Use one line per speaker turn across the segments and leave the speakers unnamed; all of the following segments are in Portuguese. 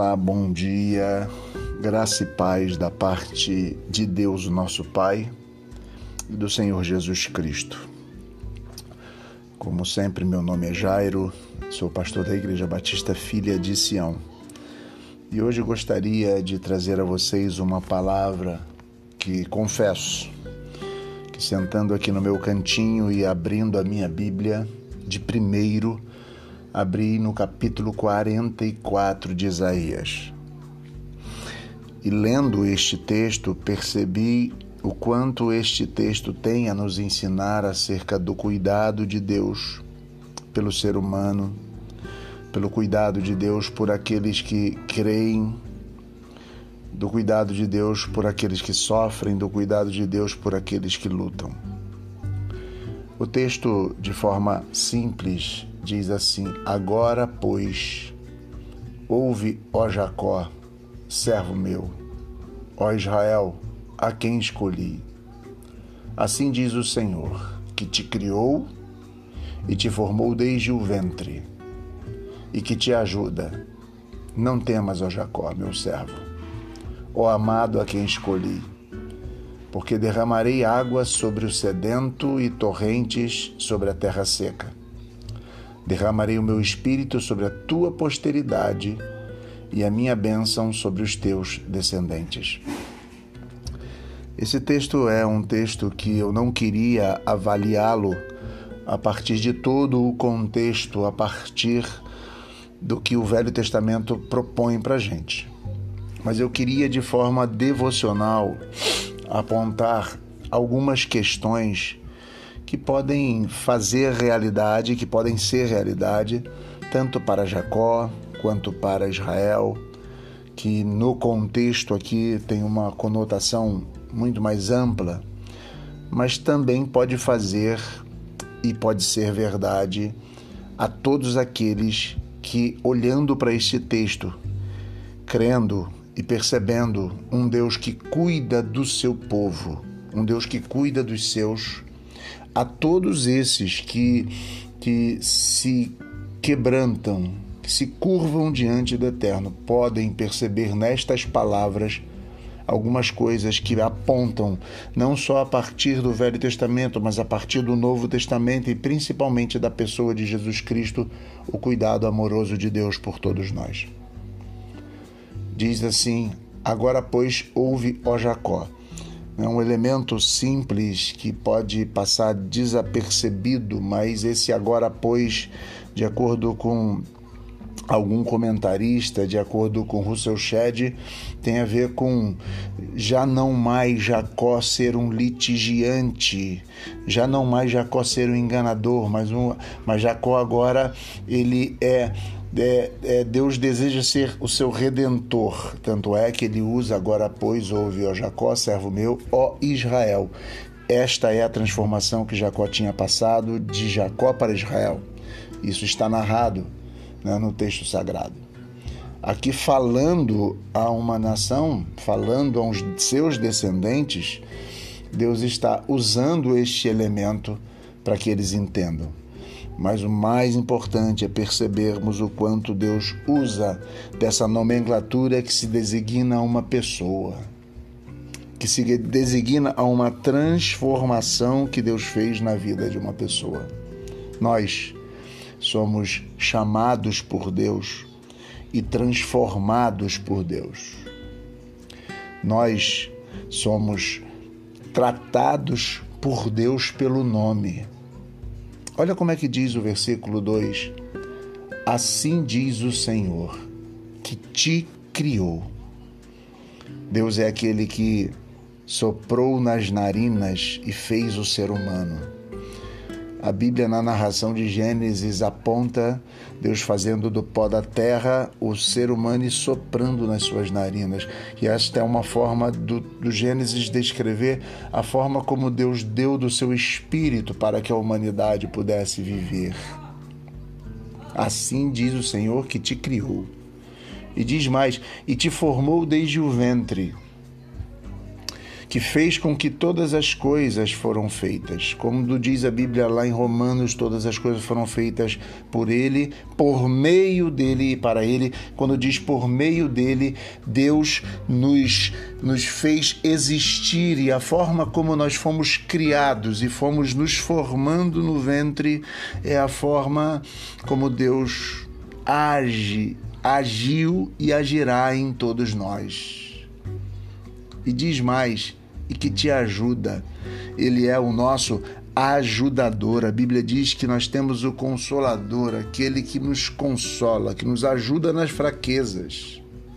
Olá, bom dia, graça e paz da parte de Deus, nosso Pai, e do Senhor Jesus Cristo. Como sempre, meu nome é Jairo, sou pastor da Igreja Batista Filha de Sião. E hoje gostaria de trazer a vocês uma palavra que confesso que, sentando aqui no meu cantinho e abrindo a minha Bíblia, de primeiro, abri no capítulo 44 de Isaías. E lendo este texto, percebi o quanto este texto tem a nos ensinar acerca do cuidado de Deus pelo ser humano, pelo cuidado de Deus por aqueles que creem, do cuidado de Deus por aqueles que sofrem, do cuidado de Deus por aqueles que lutam. O texto, de forma simples, diz assim: Agora, pois, ouve, ó Jacó, servo meu, ó Israel, a quem escolhi. Assim diz o Senhor, que te criou e te formou desde o ventre, e que te ajuda. Não temas, ó Jacó, meu servo, ó amado a quem escolhi, porque derramarei água sobre o sedento e torrentes sobre a terra seca. Derramarei o meu espírito sobre a tua posteridade e a minha bênção sobre os teus descendentes. Esse texto é um texto que eu não queria avaliá-lo a partir de todo o contexto, a partir do que o Velho Testamento propõe para a gente. Mas eu queria, de forma devocional, apontar algumas questões que podem fazer realidade, que podem ser realidade, tanto para Jacó quanto para Israel, que no contexto aqui tem uma conotação muito mais ampla, mas também pode fazer e pode ser verdade a todos aqueles que, olhando para este texto, crendo e percebendo um Deus que cuida do seu povo, um Deus que cuida dos seus, a todos esses que se quebrantam, que se curvam diante do Eterno, podem perceber nestas palavras algumas coisas que apontam não só a partir do Velho Testamento, mas a partir do Novo Testamento e principalmente da pessoa de Jesus Cristo, o cuidado amoroso de Deus por todos nós. Diz assim: Agora, pois, ouve, ó Jacó. É um elemento simples que pode passar desapercebido, mas esse agora, pois, de acordo com algum comentarista, de acordo com Russell Shedd, tem a ver com já não mais Jacó ser um litigiante, já não mais Jacó ser um enganador, mas Jacó agora ele Deus deseja ser o seu redentor, tanto é que ele usa agora, pois, ouve, ó Jacó, servo meu, ó Israel. Esta é a transformação que Jacó tinha passado de Jacó para Israel. Isso está narrado, né, no texto sagrado. Aqui falando a uma nação, falando aos seus descendentes, Deus está usando este elemento para que eles entendam. Mas o mais importante é percebermos o quanto Deus usa dessa nomenclatura que se designa a uma pessoa, que se designa a uma transformação que Deus fez na vida de uma pessoa. Nós somos chamados por Deus e transformados por Deus. Nós somos tratados por Deus pelo nome. Olha como é que diz o versículo 2. Assim diz o Senhor, que te criou. Deus é aquele que soprou nas narinas e fez o ser humano. A Bíblia, na narração de Gênesis, aponta Deus fazendo do pó da terra o ser humano e soprando nas suas narinas. E esta é uma forma do Gênesis descrever a forma como Deus deu do seu espírito para que a humanidade pudesse viver. Assim diz o Senhor que te criou. E diz mais, e te formou desde o ventre. que fez com que todas as coisas foram feitas. Como diz a Bíblia lá em Romanos, todas as coisas foram feitas por Ele, por meio dEle e para Ele. Quando diz por meio dEle, Deus nos fez existir, e a forma como nós fomos criados e fomos nos formando no ventre é a forma como Deus agiu e agirá em todos nós. E diz mais, e que te ajuda. Ele é o nosso ajudador. A Bíblia diz que nós temos o Consolador, aquele que nos consola, que nos ajuda nas fraquezas.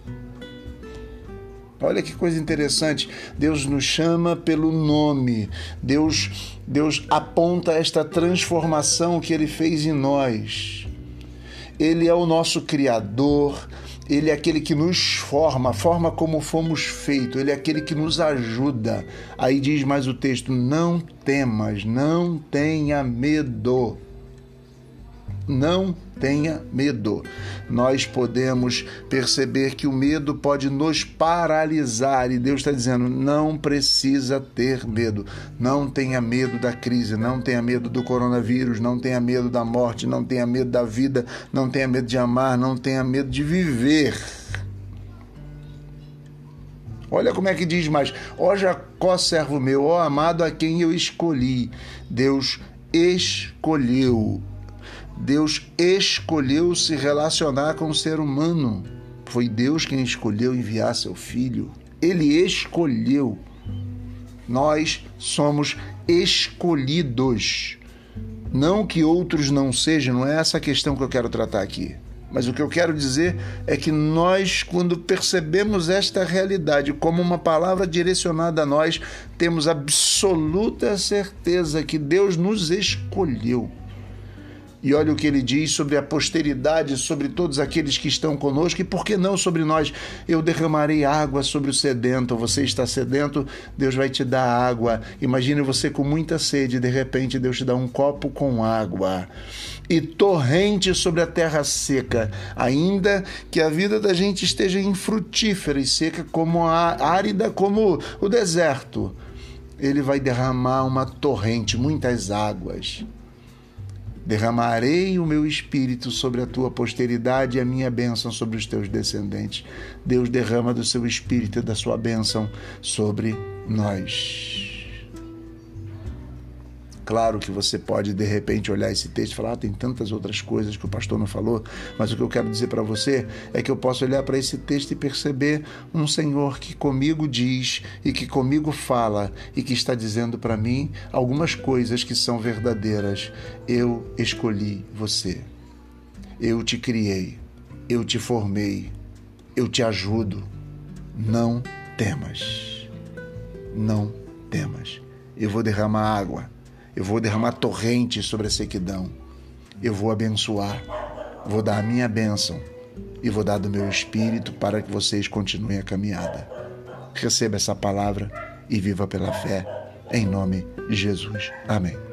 Olha que coisa interessante. Deus nos chama pelo nome. Deus aponta esta transformação que Ele fez em nós. Ele é o nosso Criador. Ele é aquele que nos forma como fomos feitos. Ele é aquele que nos ajuda. Aí diz mais o texto: não temas, não tenha medo. Não tenha medo. Nós podemos perceber que o medo pode nos paralisar e Deus está dizendo: não precisa ter medo. Não tenha medo da crise, não tenha medo do coronavírus, não tenha medo da morte, não tenha medo da vida, não tenha medo de amar, não tenha medo de viver. Olha como é que diz mais: ó Jacó, servo meu, ó amado a quem eu escolhi. Deus escolheu se relacionar com o ser humano. Foi Deus quem escolheu enviar seu Filho. Ele escolheu. Nós somos escolhidos. Não que outros não sejam, não é essa a questão que eu quero tratar aqui. Mas o que eu quero dizer é que nós, quando percebemos esta realidade como uma palavra direcionada a nós, temos absoluta certeza que Deus nos escolheu. E olha o que ele diz sobre a posteridade, sobre todos aqueles que estão conosco, e por que não sobre nós? Eu derramarei água sobre o sedento. Você está sedento, Deus vai te dar água. Imagine você com muita sede, de repente Deus te dá um copo com água. E torrente sobre a terra seca, ainda que a vida da gente esteja infrutífera e seca, árida como o deserto. Ele vai derramar uma torrente, muitas águas. Derramarei o meu espírito sobre a tua posteridade e a minha bênção sobre os teus descendentes. Deus derrama do seu espírito e da sua bênção sobre nós. Claro que você pode, de repente, olhar esse texto e falar: tem tantas outras coisas que o pastor não falou, mas o que eu quero dizer para você é que eu posso olhar para esse texto e perceber um Senhor que comigo diz e que comigo fala e que está dizendo para mim algumas coisas que são verdadeiras. Eu escolhi você. Eu te criei. Eu te formei. Eu te ajudo. Não temas. Não temas. Eu vou derramar água. Eu vou derramar torrente sobre a sequidão. Eu vou abençoar. Vou dar a minha bênção. E vou dar do meu espírito para que vocês continuem a caminhada. Receba essa palavra e viva pela fé. Em nome de Jesus. Amém.